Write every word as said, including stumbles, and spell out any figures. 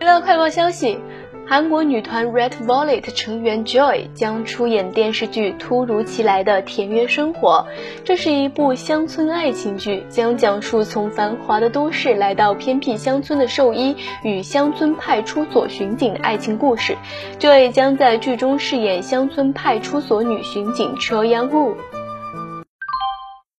娱乐快报消息，韩国女团 Red Velvet 成员 Joy 将出演电视剧《突如其来的田园生活》。这是一部乡村爱情剧，将讲述从繁华的都市来到偏僻乡村的兽医与乡村派出所巡警的爱情故事。Joy 将在剧中饰演乡村派出所女巡警 Cho Young Woo。